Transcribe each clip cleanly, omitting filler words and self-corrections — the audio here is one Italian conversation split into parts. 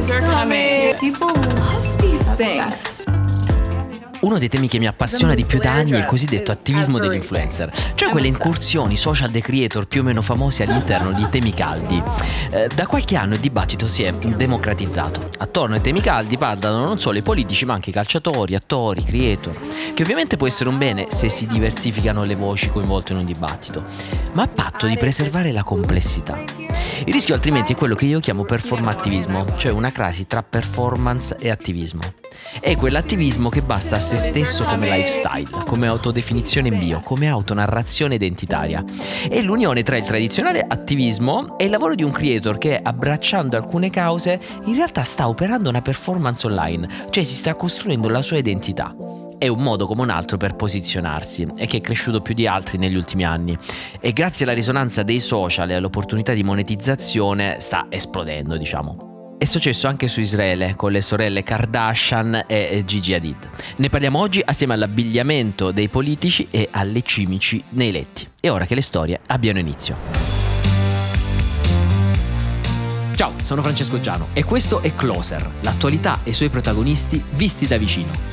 kids are coming. People love these things. Uno dei temi che mi appassiona di più da anni è il cosiddetto attivismo degli influencer, cioè quelle incursioni social dei creator più o meno famosi all'interno di temi caldi. Da qualche anno il dibattito si è democratizzato. Attorno ai temi caldi parlano non solo i politici ma anche i calciatori, attori, creator, che ovviamente può essere un bene se si diversificano le voci coinvolte in un dibattito, ma a patto di preservare la complessità. Il rischio altrimenti è quello che io chiamo performattivismo, cioè una crasi tra performance e attivismo. È quell'attivismo che basta a se stesso come lifestyle, come autodefinizione in bio, come autonarrazione identitaria. È l'unione tra il tradizionale attivismo e il lavoro di un creator che, abbracciando alcune cause, in realtà sta operando una performance online, cioè si sta costruendo la sua identità. È un modo come un altro per posizionarsi e che è cresciuto più di altri negli ultimi anni e grazie alla risonanza dei social e all'opportunità di monetizzazione sta esplodendo, diciamo. È successo anche su Israele con le sorelle Kardashian e Gigi Hadid. Ne parliamo oggi assieme all'abbigliamento dei politici e alle cimici nei letti. È ora che le storie abbiano inizio. Ciao, sono Francesco Giano e questo è Closer, l'attualità e i suoi protagonisti visti da vicino.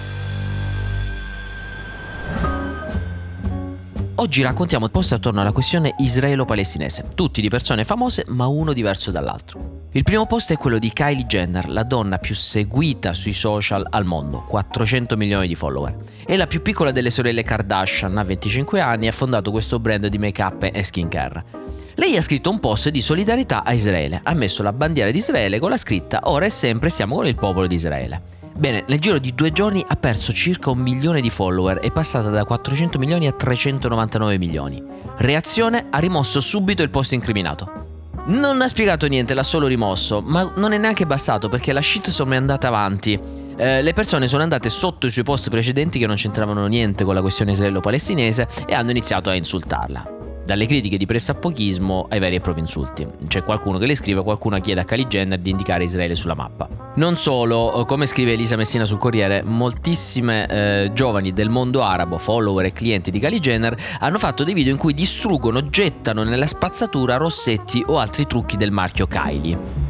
Oggi raccontiamo il post attorno alla questione israelo-palestinese, tutti di persone famose ma uno diverso dall'altro. Il primo post è quello di Kylie Jenner, la donna più seguita sui social al mondo, 400 milioni di follower. È la più piccola delle sorelle Kardashian, ha 25 anni e ha fondato questo brand di make-up e skincare. Lei ha scritto un post di solidarietà a Israele, ha messo la bandiera di Israele con la scritta «Ora e sempre siamo con il popolo di Israele». Bene, nel giro di 2 giorni ha perso circa 1 milione di follower, è passata da 400 milioni a 399 milioni. Reazione: ha rimosso subito il post incriminato. Non ha spiegato niente, l'ha solo rimosso, ma non è neanche bastato perché la shitstorm è andata avanti. Le persone sono andate sotto i suoi post precedenti che non c'entravano niente con la questione israelo-palestinese e hanno iniziato a insultarla. Dalle critiche di pressappochismo ai veri e propri insulti. C'è qualcuno che le scrive, qualcuno chiede a Kylie Jenner di indicare Israele sulla mappa. Non solo, come scrive Elisa Messina sul Corriere, moltissime giovani del mondo arabo, follower e clienti di Kylie Jenner, hanno fatto dei video in cui distruggono, gettano nella spazzatura rossetti o altri trucchi del marchio Kylie.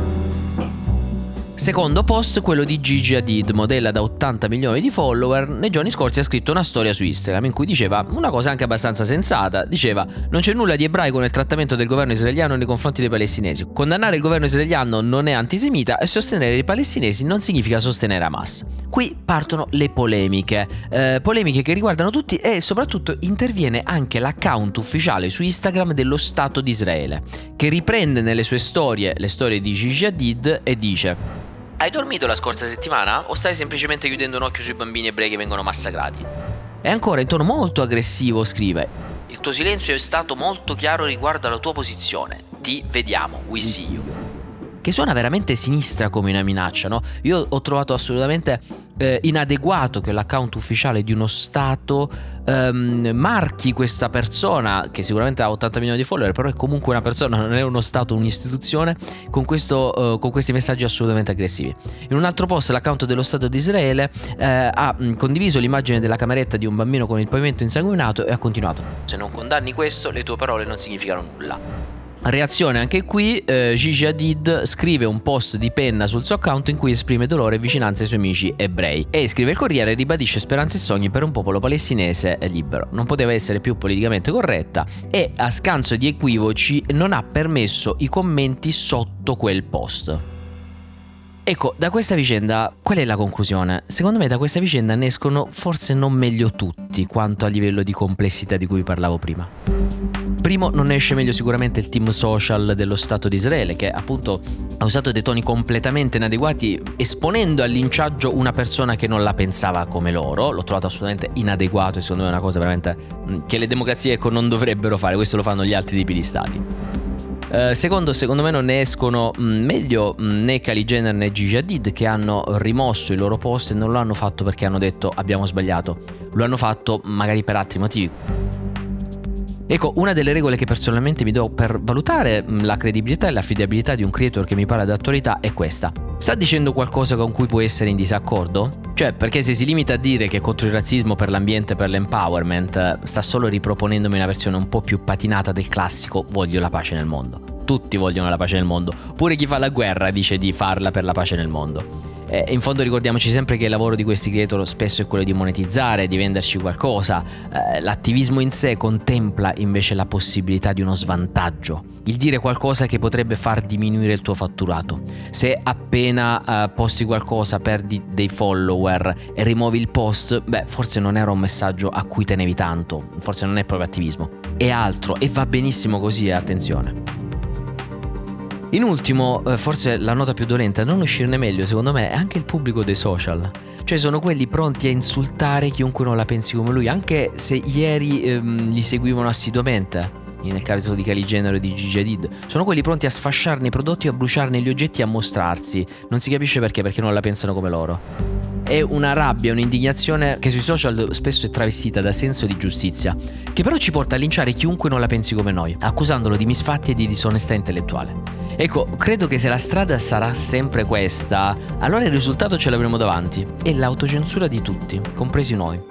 Secondo post, quello di Gigi Hadid, modella da 80 milioni di follower. Nei giorni scorsi ha scritto una storia su Instagram in cui diceva una cosa anche abbastanza sensata. Diceva: non c'è nulla di ebraico nel trattamento del governo israeliano nei confronti dei palestinesi. Condannare il governo israeliano non è antisemita e sostenere i palestinesi non significa sostenere Hamas. Qui partono le polemiche che riguardano tutti e soprattutto interviene anche l'account ufficiale su Instagram dello Stato di Israele, che riprende nelle sue storie le storie di Gigi Hadid e dice: hai dormito la scorsa settimana o stai semplicemente chiudendo un occhio sui bambini ebrei che vengono massacrati? E ancora in tono molto aggressivo scrive: il tuo silenzio è stato molto chiaro riguardo alla tua posizione. Ti vediamo, we see you. Che suona veramente sinistra come una minaccia, no? Io ho trovato assolutamente inadeguato che l'account ufficiale di uno Stato marchi questa persona, che sicuramente ha 80 milioni di follower, però è comunque una persona, non è uno Stato, un'istituzione, con questi messaggi assolutamente aggressivi. In un altro post l'account dello Stato di Israele ha condiviso l'immagine della cameretta di un bambino con il pavimento insanguinato e ha continuato: se non condanni questo, le tue parole non significano nulla. Reazione anche qui, Gigi Hadid scrive un post di penna sul suo account in cui esprime dolore e vicinanza ai suoi amici ebrei e scrive: il Corriere e ribadisce speranze e sogni per un popolo palestinese libero. Non poteva essere più politicamente corretta e, a scanso di equivoci, non ha permesso i commenti sotto quel post. Ecco, da questa vicenda qual è la conclusione? Secondo me da questa vicenda ne escono forse non meglio tutti quanto a livello di complessità di cui parlavo prima. Primo, non ne esce meglio sicuramente il team social dello Stato di Israele, che appunto ha usato dei toni completamente inadeguati, esponendo al linciaggio una persona che non la pensava come loro. L'ho trovato assolutamente inadeguato e secondo me è una cosa veramente che le democrazie non dovrebbero fare. Questo lo fanno gli altri tipi di stati. Secondo me non ne escono meglio né Kylie Jenner né Gigi Hadid, che hanno rimosso i loro post e non lo hanno fatto perché hanno detto abbiamo sbagliato, lo hanno fatto magari per altri motivi. Ecco, una delle regole che personalmente mi do per valutare la credibilità e l'affidabilità di un creator che mi parla d'attualità è questa: sta dicendo qualcosa con cui può essere in disaccordo? Cioè, perché se si limita a dire che è contro il razzismo, per l'ambiente, per l'empowerment, sta solo riproponendomi una versione un po' più patinata del classico voglio la pace nel mondo. Tutti vogliono la pace nel mondo. Pure chi fa la guerra dice di farla per la pace nel mondo. In fondo ricordiamoci sempre che il lavoro di questi creator spesso è quello di monetizzare, di venderci qualcosa. L'attivismo in sé contempla invece la possibilità di uno svantaggio, il dire qualcosa che potrebbe far diminuire il tuo fatturato. Se appena posti qualcosa perdi dei follower e rimuovi il post, forse non era un messaggio a cui tenevi tanto, forse non è proprio attivismo, è altro, e va benissimo così, attenzione. In ultimo, forse la nota più dolente, non uscirne meglio secondo me, è anche il pubblico dei social. Cioè sono quelli pronti a insultare chiunque non la pensi come lui, anche se ieri li seguivano assiduamente. Nel caso di Kylie Jenner e di Gigi Hadid, sono quelli pronti a sfasciarne i prodotti, a bruciarne gli oggetti e a mostrarsi. Non si capisce perché non la pensano come loro. È una rabbia, un'indignazione che sui social spesso è travestita da senso di giustizia, che però ci porta a linciare chiunque non la pensi come noi, accusandolo di misfatti e di disonestà intellettuale. Ecco, credo che se la strada sarà sempre questa, allora il risultato ce l'avremo davanti, è l'autocensura di tutti, compresi noi.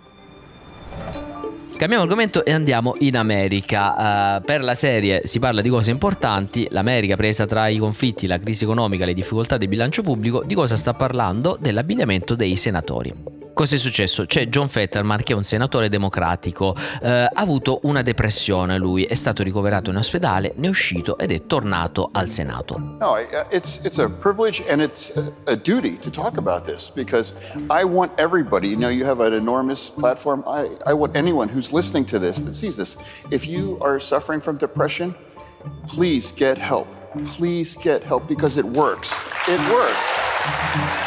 Cambiamo argomento e andiamo in America. Per la serie si parla di cose importanti. L'America, presa tra i conflitti, la crisi economica, le difficoltà del bilancio pubblico, di cosa sta parlando? Dell'abbigliamento dei senatori. Cosa è successo? C'è John Fetterman, che è un senatore democratico, ha avuto una depressione lui, è stato ricoverato in ospedale, ne è uscito ed è tornato al Senato. No, it's a privilege and it's a duty to talk about this because I want everybody, you have an enormous platform, I want anyone who's listening to this, that sees this, if you are suffering from depression, please get help. Please get help because it works. It works.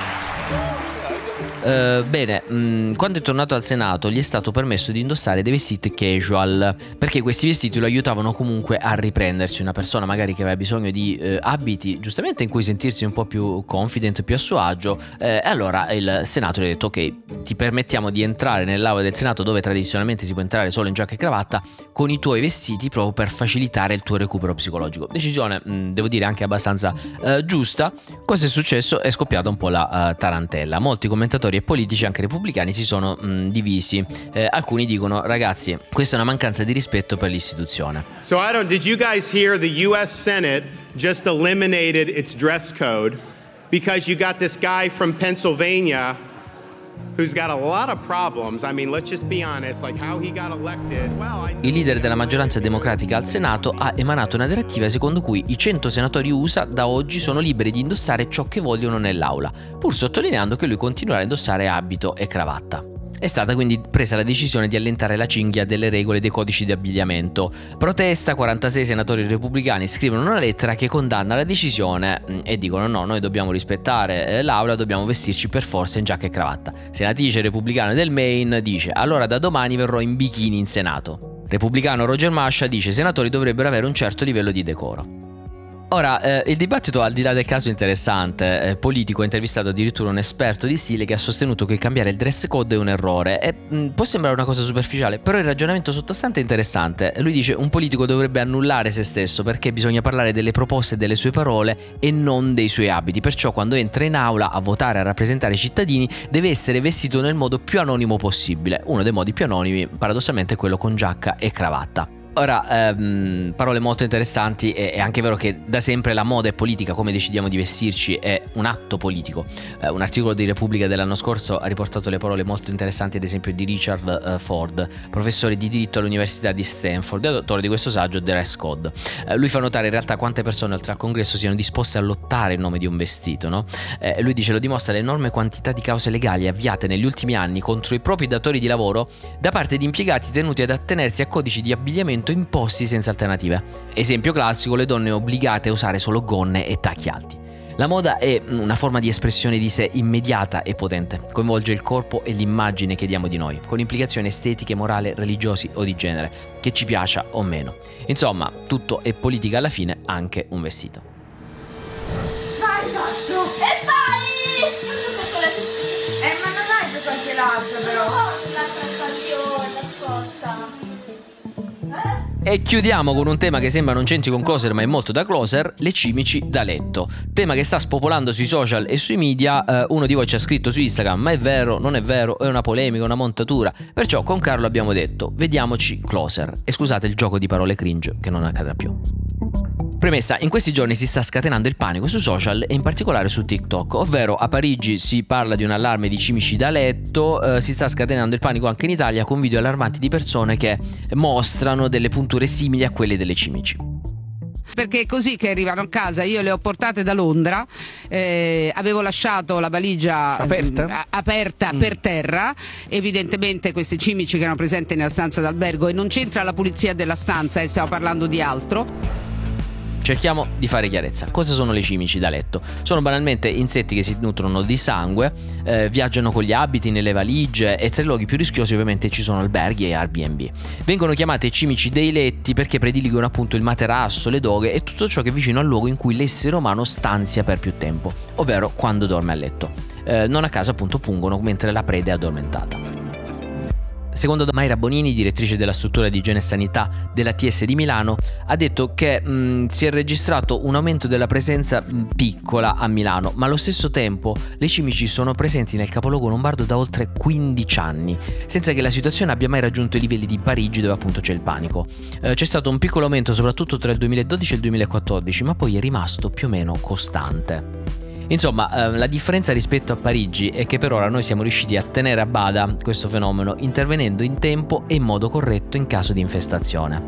Quando è tornato al Senato gli è stato permesso di indossare dei vestiti casual, perché questi vestiti lo aiutavano comunque a riprendersi. Una persona magari che aveva bisogno di abiti giustamente in cui sentirsi un po' più confident, più a suo agio, allora il Senato gli ha detto: ok, ti permettiamo di entrare nell'aula del Senato, dove tradizionalmente si può entrare solo in giacca e cravatta, con i tuoi vestiti, proprio per facilitare il tuo recupero psicologico. Decisione, devo dire, anche abbastanza giusta. Cosa è successo? È scoppiata un po' la tarantella. Molti commentatori e politici, anche repubblicani, si sono divisi. Alcuni dicono: ragazzi, questa è una mancanza di rispetto per l'istituzione. So did you guys hear the US Senate just eliminated its dress code because you got this guy from Pennsylvania who's got a lot of problems. I mean, let's just be honest, like how he got elected. Il leader della maggioranza democratica al Senato ha emanato una direttiva secondo cui i 100 senatori USA da oggi sono liberi di indossare ciò che vogliono nell'aula, pur sottolineando che lui continuerà a indossare abito e cravatta. È stata quindi presa la decisione di allentare la cinghia delle regole dei codici di abbigliamento. Protesta, 46 senatori repubblicani scrivono una lettera che condanna la decisione e dicono: no, noi dobbiamo rispettare l'aula, dobbiamo vestirci per forza in giacca e cravatta. Senatrice repubblicana del Maine dice: allora da domani verrò in bikini in Senato. Repubblicano Roger Marshall dice: i senatori dovrebbero avere un certo livello di decoro. Ora, il dibattito, al di là del caso interessante, Politico ha intervistato addirittura un esperto di stile che ha sostenuto che cambiare il dress code è un errore. E può sembrare una cosa superficiale, però il ragionamento sottostante è interessante. Lui dice: un politico dovrebbe annullare se stesso, perché bisogna parlare delle proposte e delle sue parole e non dei suoi abiti. Perciò quando entra in aula a votare, a rappresentare i cittadini, deve essere vestito nel modo più anonimo possibile. Uno dei modi più anonimi, paradossalmente, è quello con giacca e cravatta. Ora, parole molto interessanti. È anche vero che da sempre la moda è politica, come decidiamo di vestirci è un atto politico. Un articolo di Repubblica dell'anno scorso ha riportato le parole molto interessanti, ad esempio, di Richard Ford, professore di diritto all'Università di Stanford e autore di questo saggio Dress Code. Lui fa notare in realtà quante persone oltre al congresso siano disposte a lottare in nome di un vestito, no? Lui dice: lo dimostra l'enorme quantità di cause legali avviate negli ultimi anni contro i propri datori di lavoro da parte di impiegati tenuti ad attenersi a codici di abbigliamento imposti senza alternative. Esempio classico: le donne obbligate a usare solo gonne e tacchi alti. La moda è una forma di espressione di sé immediata e potente, coinvolge il corpo e l'immagine che diamo di noi, con implicazioni estetiche, morali, religiosi o di genere, che ci piaccia o meno. Insomma, tutto è politica alla fine, anche un vestito. Vai, cazzo! E vai! Ma non hai preso anche l'altro, però. L'altra stagione, la scorsa. E chiudiamo con un tema che sembra non c'entri con Closer, ma è molto da Closer: le cimici da letto. Tema che sta spopolando sui social e sui media. Uno di voi ci ha scritto su Instagram: ma è vero, non è vero, è una polemica, una montatura. Perciò con Carlo abbiamo detto: vediamoci Closer. E scusate il gioco di parole cringe, che non accadrà più. Premessa, in questi giorni si sta scatenando il panico sui social e in particolare su TikTok, ovvero a Parigi si parla di un allarme di cimici da letto, si sta scatenando il panico anche in Italia con video allarmanti di persone che mostrano delle punture simili a quelle delle cimici. Perché è così che arrivano a casa. Io le ho portate da Londra, avevo lasciato la valigia aperta per terra, evidentemente questi cimici che erano presenti nella stanza d'albergo, e non c'entra la pulizia della stanza, stiamo parlando di altro. Cerchiamo di fare chiarezza. Cosa sono le cimici da letto? Sono banalmente insetti che si nutrono di sangue, viaggiano con gli abiti, nelle valigie, e tra i luoghi più rischiosi ovviamente ci sono alberghi e Airbnb. Vengono chiamate cimici dei letti perché prediligono appunto il materasso, le doghe e tutto ciò che è vicino al luogo in cui l'essere umano stanzia per più tempo, ovvero quando dorme a letto. Non a caso appunto pungono mentre la preda è addormentata. Secondo Mayra Bonini, direttrice della struttura di igiene e sanità della TS di Milano, ha detto che si è registrato un aumento della presenza piccola a Milano, ma allo stesso tempo le cimici sono presenti nel capoluogo lombardo da oltre 15 anni, senza che la situazione abbia mai raggiunto i livelli di Parigi, dove appunto c'è il panico. C'è stato un piccolo aumento soprattutto tra il 2012 e il 2014, ma poi è rimasto più o meno costante. Insomma, la differenza rispetto a Parigi è che per ora noi siamo riusciti a tenere a bada questo fenomeno, intervenendo in tempo e in modo corretto in caso di infestazione.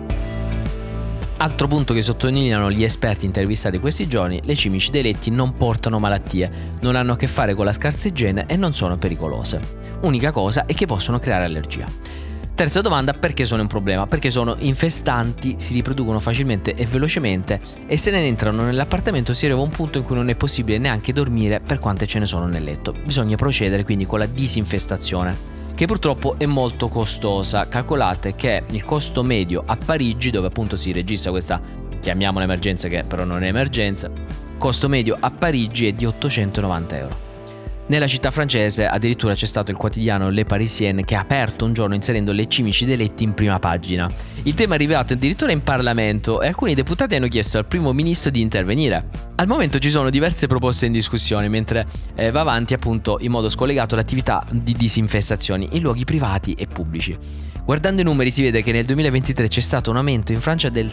Altro punto che sottolineano gli esperti intervistati questi giorni: le cimici dei letti non portano malattie, non hanno a che fare con la scarsa igiene e non sono pericolose. Unica cosa è che possono creare allergia. Terza domanda: perché sono un problema? Perché sono infestanti, si riproducono facilmente e velocemente, e se ne entrano nell'appartamento si arriva a un punto in cui non è possibile neanche dormire per quante ce ne sono nel letto. Bisogna procedere quindi con la disinfestazione, che purtroppo è molto costosa. Calcolate che il costo medio a Parigi, dove appunto si registra questa, chiamiamola emergenza che però non è emergenza, costo medio a Parigi è di 890 euro. Nella città francese addirittura c'è stato il quotidiano Le Parisien che ha aperto un giorno inserendo le cimici dei letti in prima pagina. Il tema è arrivato addirittura in Parlamento e alcuni deputati hanno chiesto al primo ministro di intervenire. Al momento ci sono diverse proposte in discussione, mentre va avanti appunto in modo scollegato l'attività di disinfestazioni in luoghi privati e pubblici. Guardando i numeri si vede che nel 2023 c'è stato un aumento in Francia del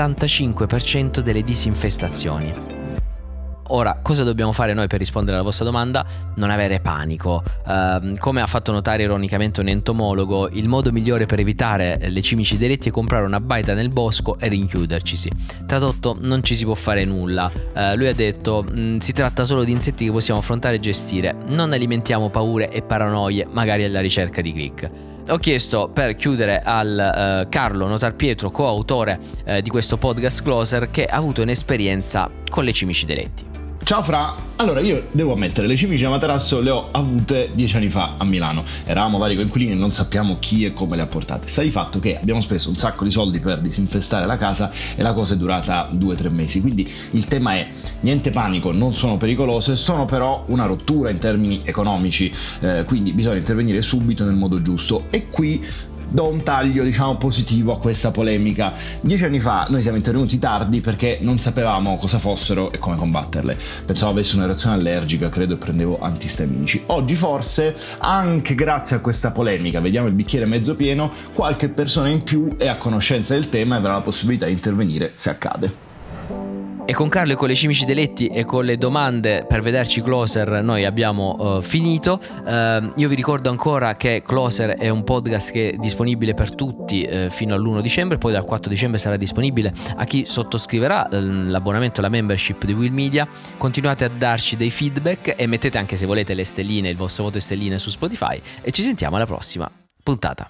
65% delle disinfestazioni. Ora, cosa dobbiamo fare noi per rispondere alla vostra domanda? Non avere panico. Come ha fatto notare ironicamente un entomologo, il modo migliore per evitare le cimici dei letti è comprare una baita nel bosco e rinchiudercisi. Tradotto, non ci si può fare nulla. Lui ha detto, si tratta solo di insetti che possiamo affrontare e gestire. Non alimentiamo paure e paranoie, magari alla ricerca di click. Ho chiesto per chiudere al Carlo Notar Pietro, coautore di questo podcast Closer, che ha avuto un'esperienza con le cimici dei letti. Ciao Fra, allora io devo ammettere, le cimici da materasso le ho avute 10 anni fa a Milano. Eravamo vari coinquilini e non sappiamo chi e come le ha portate. Sta di fatto che abbiamo speso un sacco di soldi per disinfestare la casa e la cosa è durata 2-3 mesi. Quindi il tema è: niente panico, non sono pericolose, sono però una rottura in termini economici, quindi bisogna intervenire subito nel modo giusto. E qui do un taglio, diciamo, positivo a questa polemica. 10 anni fa noi siamo intervenuti tardi perché non sapevamo cosa fossero e come combatterle. Pensavo avessi una reazione allergica, credo, e prendevo antistaminici. Oggi forse, anche grazie a questa polemica, vediamo il bicchiere mezzo pieno, qualche persona in più è a conoscenza del tema e avrà la possibilità di intervenire se accade. E con Carlo e con le cimici dei letti e con le domande per vederci Closer noi abbiamo finito. Io vi ricordo ancora che Closer è un podcast che è disponibile per tutti fino all'1 dicembre, poi dal 4 dicembre sarà disponibile a chi sottoscriverà l'abbonamento alla membership di Will Media. Continuate a darci dei feedback e mettete anche, se volete, le stelline, il vostro voto e stelline su Spotify, e ci sentiamo alla prossima puntata.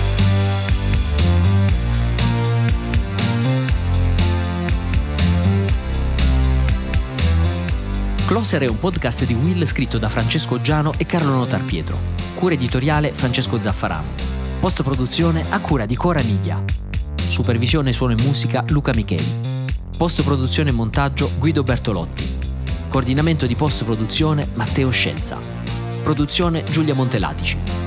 Closer è un podcast di Will scritto da Francesco Giano e Carlo Notar Pietro. Cura editoriale Francesco Zaffarano. Post-produzione a cura di Cora Media. Supervisione suono e musica Luca Micheli. Post-produzione e montaggio Guido Bertolotti. Coordinamento di post-produzione Matteo Scelza. Produzione Giulia Montelatici.